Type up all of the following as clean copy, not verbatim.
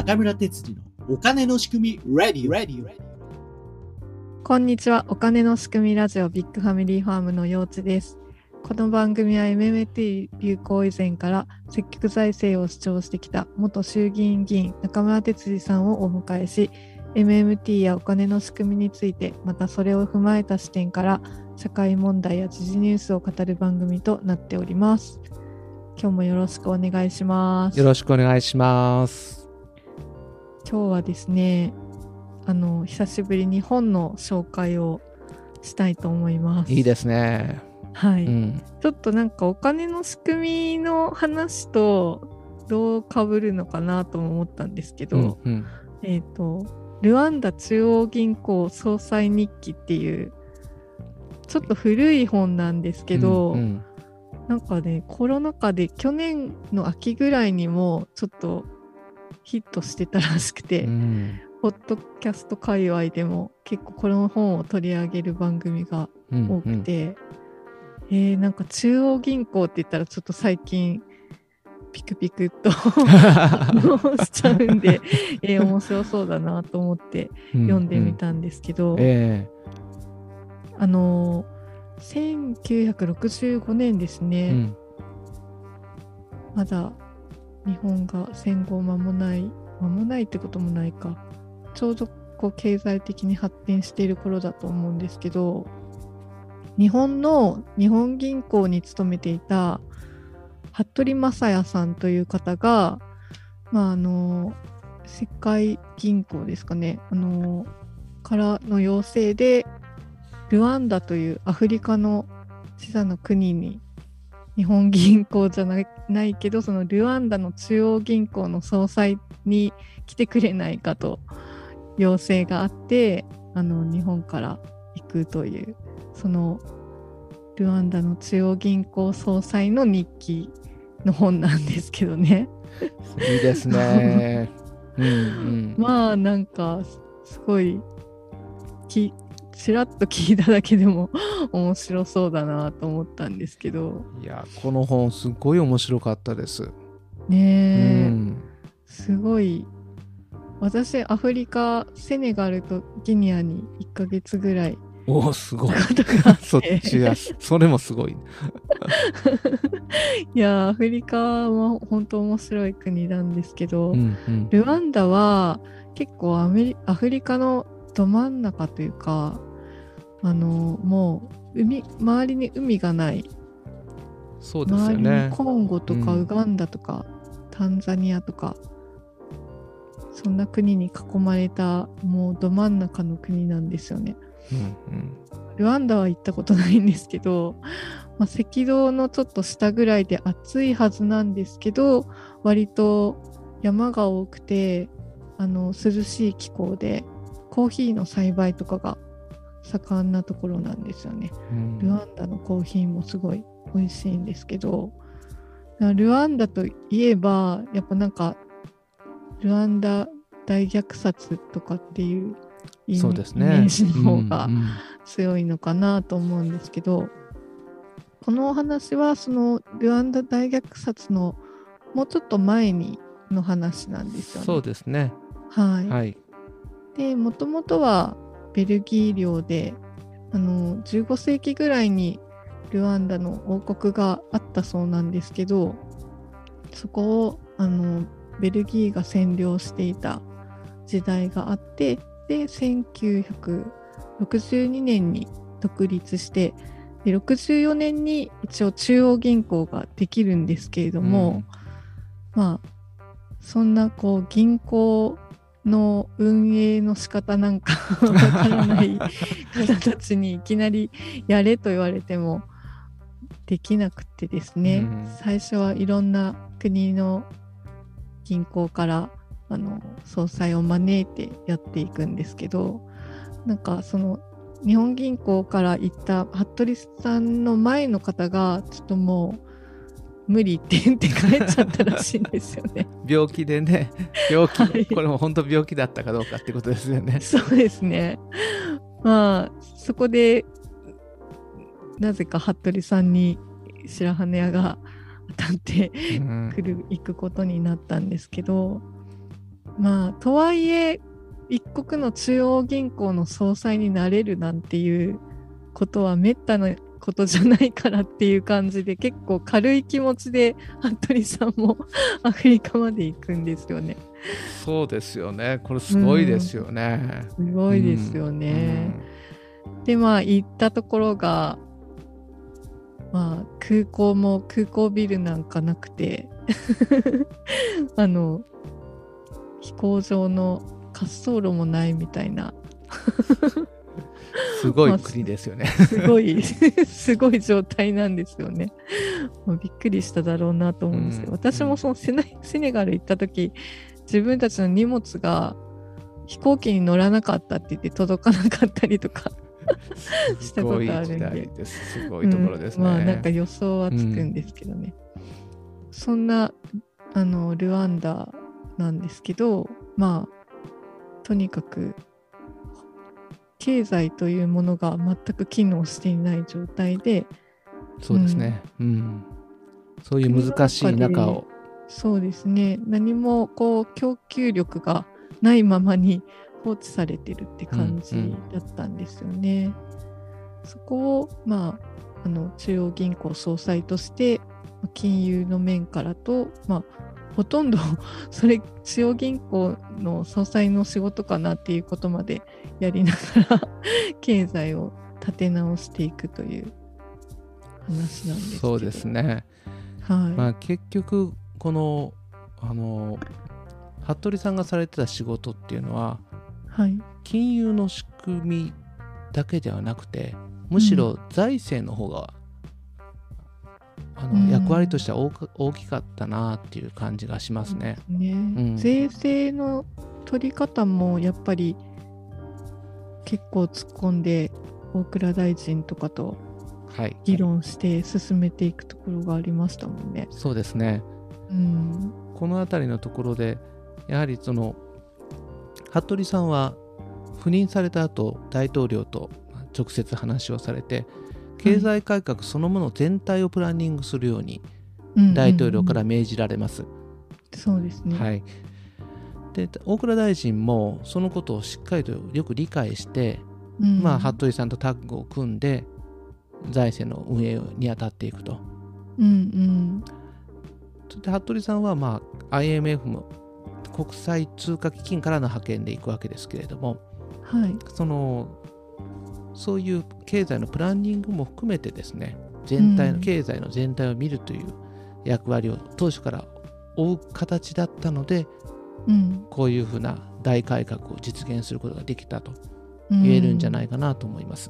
中村哲次のお金の仕組みレディ。 こんにちは。お金の仕組みラジオビッグファミリーファームのようちです。この番組は MMT 流行以前から積極財政を主張してきた元衆議院議員中村哲次さんをお迎えし、 MMT やお金の仕組みについて、またそれを踏まえた視点から社会問題や時事ニュースを語る番組となっております。今日もよろしくお願いします。 よろしくお願いします。 今日はですね、久しぶりに本の紹介をしたいと思います。 いいですね。 はい、ちょっとなんかお金の仕組みの話とどう被るのかなとも思ったんですけど、ルワンダ中央銀行総裁日記っていうちょっと古い本なんですけど、なんかね、コロナ禍で去年の秋ぐらいにもちょっとヒットしてたらしくて、ポッドキャスト界隈でも結構この本を取り上げる番組が多くて、なんか中央銀行って言ったらちょっと最近ピクピクっとしちゃうんで、面白そうだなと思って読んでみたんですけど、1965年ですね、まだ日本が戦後間もないってこともないか、ちょうどこう経済的に発展している頃だと思うんですけど、日本銀行に勤めていた服部正也さんという方が、世界銀行ですかね、からの要請でルワンダというアフリカの小さな国に日本銀行じゃないけど、そのルワンダの中央銀行の総裁に来てくれないかと要請があって、日本から行くという、そのルワンダの中央銀行総裁の日記の本なんですけどね。 いいですね。 まあなんかすごいちらっと聞いただけでも面白そうだなと思ったんですけど、 いや、この本すごい面白かったですね。すごい。私アフリカセネガルとギニアに1ヶ月ぐらい、 すごいそっちや、それもすごいいや、アフリカは本当面白い国なんですけど、ルワンダは結構アフリカのど真ん中というか、もう周りに海がない、 そうですよね、 周りにコンゴとかウガンダとか、タンザニアとか、そんな国に囲まれたもうど真ん中の国なんですよね。ルワンダは行ったことないんですけど、赤道のちょっと下ぐらいで暑いはずなんですけど、割と山が多くて涼しい気候でコーヒーの栽培とかが盛んなところなんですよね。ルワンダのコーヒーもすごい美味しいんですけど、ルワンダといえばやっぱなんかルワンダ大虐殺とかっていうイメージの方が強いのかなと思うんですけど、このお話はそのルワンダ大虐殺のもうちょっと前の話なんですよね。 そうですね。 はい。で、もともとはベルギー領で15世紀ぐらいにルワンダの王国があったそうなんですけど、そこをベルギーが占領していた時代があって、で1962年に独立して、で64年に一応中央銀行ができるんですけれども、そんなこう銀行の運営の仕方なんかわからない方たちにいきなりやれと言われてもできなくてですね、最初はいろんな国の銀行から総裁を招いてやっていくんですけど、なんかその日本銀行から行った服部さんの前の方がちょっともう無理って言って帰っちゃったらしいんですよね。 病気でね、これも本当病気だったかどうかってことですよね。 そうですね。そこでなぜか服部さんに白羽屋が当たって行くことになったんですけど、 まあとはいえ一国の中央銀行の総裁になれるなんていうことはめったなことじゃないからっていう感じで、結構軽い気持ちで服部さんもアフリカまで行くんですよね。 そうですよね。これすごいですよね。 すごいですよね。でまあ行ったところが、まあ空港ビルなんかなくて飛行場の滑走路もないみたいなすごい国ですよね。 すごい状態なんですよね。もうびっくりしただろうなと思うんですけど、私もそのセネガル行った時、自分たちの荷物が飛行機に乗らなかったって言って届かなかったりとかしたことあるんで、 すごいところですね。 まあなんか予想はつくんですけどね。そんなルワンダなんですけど、まあとにかく経済というものが全く機能していない状態で、 そうですね、そういう難しい中を、 そうですね、何もこう供給力がないままに放置されてるって感じだったんですよね。そこを、まあ、中央銀行総裁として金融の面からと、まあ、ほとんどそれ中央銀行の総裁の仕事かなっていうことまでやりながら経済を立て直していくという話なんですけど。 そうですね、まあ、結局この服部さんがされてた仕事っていうのは、金融の仕組みだけではなくて、むしろ財政の方が役割としては大きかったなっていう感じがしますね。 税制の取り方もやっぱり結構突っ込んで大蔵大臣とかと議論して進めていくところがありましたもんね。 そうですね、この辺りのところでやはりその服部さんは赴任された後大統領と直接話をされて、経済改革そのもの全体をプランニングするように大統領から命じられます。 そうですね、 で大蔵大臣もそのことをしっかりとよく理解して、まあ、服部さんとタッグを組んで財政の運営に当たっていくと。で服部さんは、まあ、IMF も国際通貨基金からの派遣でいくわけですけれども、そういう経済のプランニングも含めてですね、全体の経済の全体を見るという役割を当初から負う形だったので、こういうふうな大改革を実現することができたと言えるんじゃないかなと思います。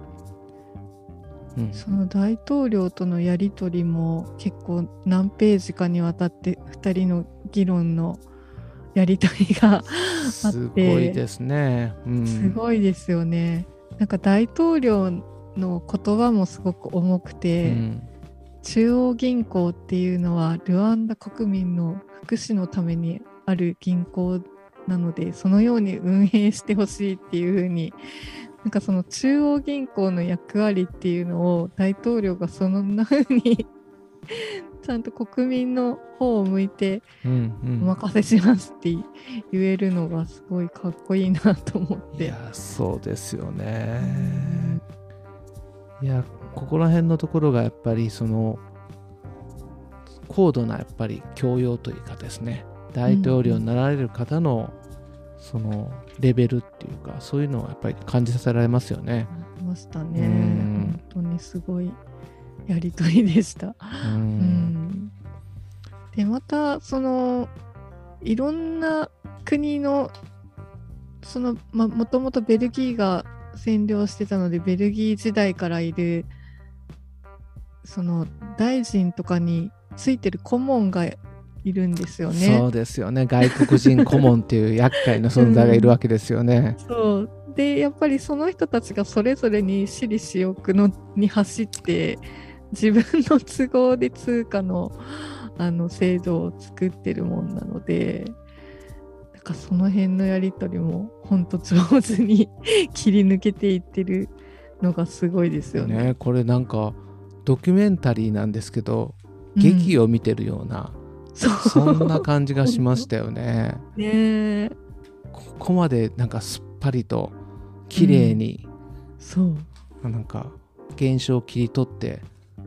その大統領とのやり取りも結構何ページかにわたって2人の議論のやり取りがあって、 すごいですね、 すごいですよね。なんか大統領の言葉もすごく重くて、中央銀行っていうのはルワンダ国民の福祉のためにある銀行なので、そのように運営してほしいっていう風に、なんかその中央銀行の役割っていうのを大統領がそんな風にちゃんと国民の方を向いてお任せしますって言えるのがすごいかっこいいなと思って。 いや、そうですよね。いや、ここら辺のところがやっぱりその高度なやっぱり教養というかですね、大統領になられる方のそのレベルっていうか、そういうのをやっぱり感じさせられますよね。 ましたね。本当にすごいやりとりでした。でまたそのいろんな国のそのもともとベルギーが占領してたので、ベルギー時代からいるその大臣とかについてる顧問がいるんですよね。 そうですよね。外国人顧問っていう厄介な存在がいるわけですよね。 そうでやっぱりその人たちがそれぞれに私利私欲に走って自分の都合で通貨の制度を作ってるもんなので、なんかその辺のやり取りも本当上手に切り抜けていってるのがすごいですよね。 これなんかドキュメンタリーなんですけど、劇を見てるようなそんな感じがしましたよね。 ね。 ここまでなんかすっぱりと綺麗に、 そうなんか現象を切り取って、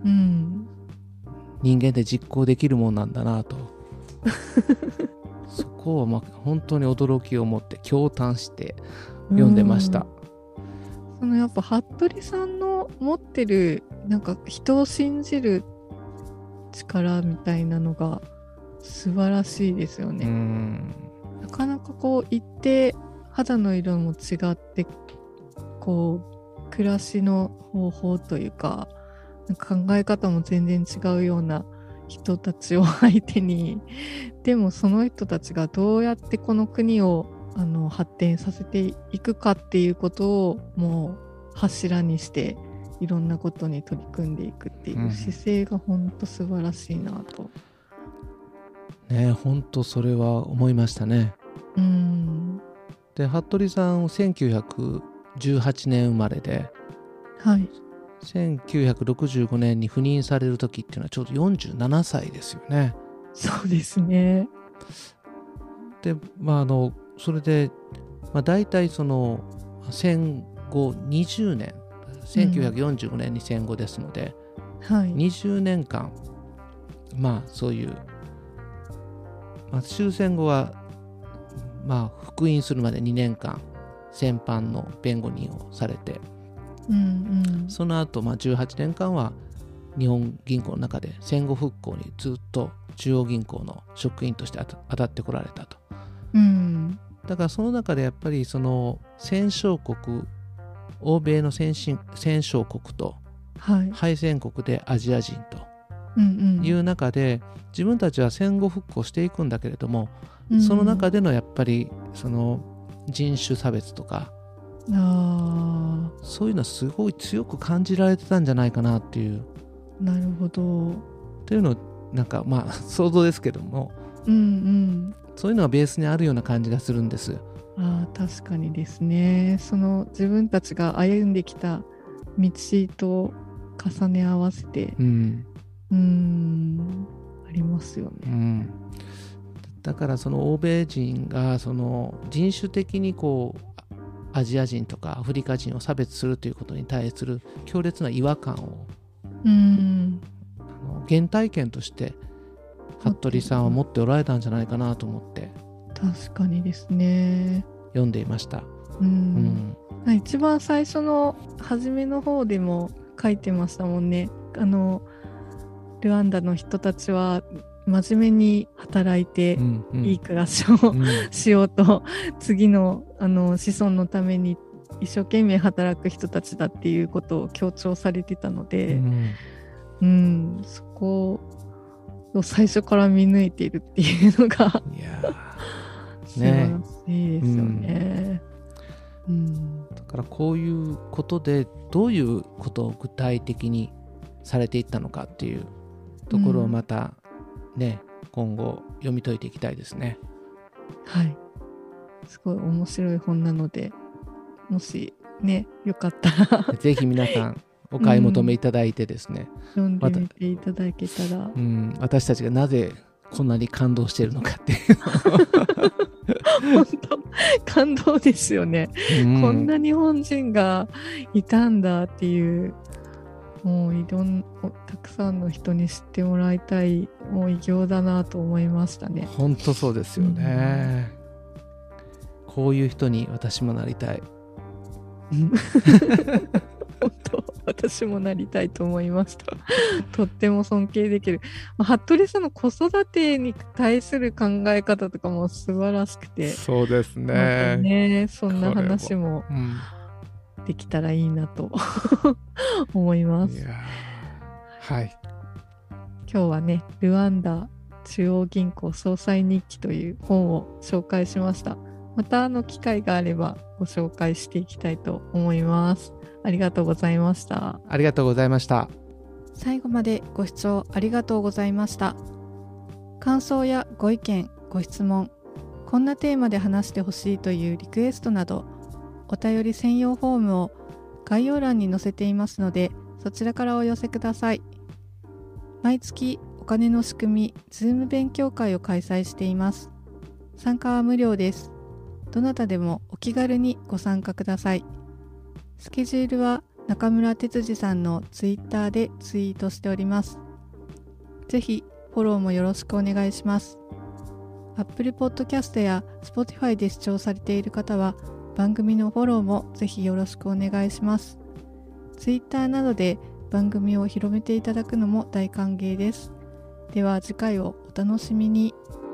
人間で実行できるもんなんだなとそこは本当に驚きを持って驚嘆して読んでました。 そのやっぱ服部さんの持ってるなんか人を信じる力みたいなのが素晴らしいですよね。なかなかこう一定肌の色も違ってこう暮らしの方法というか、なんか考え方も全然違うような人たちを相手に、でもその人たちがどうやってこの国を発展させていくかっていうことをもう柱にしていろんなことに取り組んでいくっていう姿勢が本当素晴らしいなと、 ね、本当それは思いましたね。で服部さん1918年生まれで、 はい、 1965年に赴任される時っていうのはちょうど47歳ですよね。 そうですね。 でそれで、大体その戦後20年1945年に戦後ですので、20年間そういう、終戦後は復員するまで2年間戦犯の弁護人をされて、その後18年間は日本銀行の中で戦後復興にずっと中央銀行の職員として当たってこられたと。だからその中でやっぱりその戦勝国、欧米の戦勝国と敗戦国でアジア人という中で、自分たちは戦後復興していくんだけれども、その中でのやっぱりその人種差別とか、そういうのはすごい強く感じられてたんじゃないかなっていう。 なるほど。 というのをなんか想像ですけども、そういうのがベースにあるような感じがするんです。 確かにですね。その自分たちが歩んできた道と重ね合わせて、ありますよね。 だからその欧米人がその人種的にこうアジア人とかアフリカ人を差別するということに対する強烈な違和感を原体験として服部さんは持っておられたんじゃないかなと思って、 確かにですね、 読んでいました。 一番最初の初めの方でも書いてましたもんね。ルワンダの人たちは真面目に働いていい暮らしをしようと、次の子孫のために一生懸命働く人たちだっていうことを強調されてたので、そこを最初から見抜いているっていうのが素晴らしいですよね。 だからこういうことでどういうことを具体的にされていったのかっていうところをまたね、今後読み解いていきたいですね。 はい、すごい面白い本なので、もしねよかったらぜひ皆さんお買い求めいただいてですね、 読んでみていただけたら、 私たちがなぜこんなに感動しているのかっていう本当感動ですよね、こんな日本人がいたんだっていう、もうたくさんの人に知ってもらいたい、もう偉業だなと思いましたね。 本当そうですよね、こういう人に私もなりたい本当私もなりたいと思いました。とっても尊敬できる。服部さんの子育てに対する考え方とかも素晴らしくて、 そうですね、 そんな話もできたらいいなと思います。 はい、 今日はね、ルワンダ中央銀行総裁日記という本を紹介しました。また機会があればご紹介していきたいと思います。ありがとうございました。 ありがとうございました。 最後までご視聴ありがとうございました。感想やご意見、ご質問、こんなテーマで話してほしいというリクエストなど、お便り専用フォームを概要欄に載せていますので、そちらからお寄せください。毎月金の仕組み Zoom 勉強会を開催しています。参加は無料です。どなたでもお気軽にご参加ください。スケジュールは中村哲司さんのツイッターでツイートしております。ぜひフォローもよろしくお願いします。Apple Podcast や Spotify で視聴されている方は番組のフォローもぜひよろしくお願いします。ツイッターなどで番組を広めていただくのも大歓迎です。では次回をお楽しみに。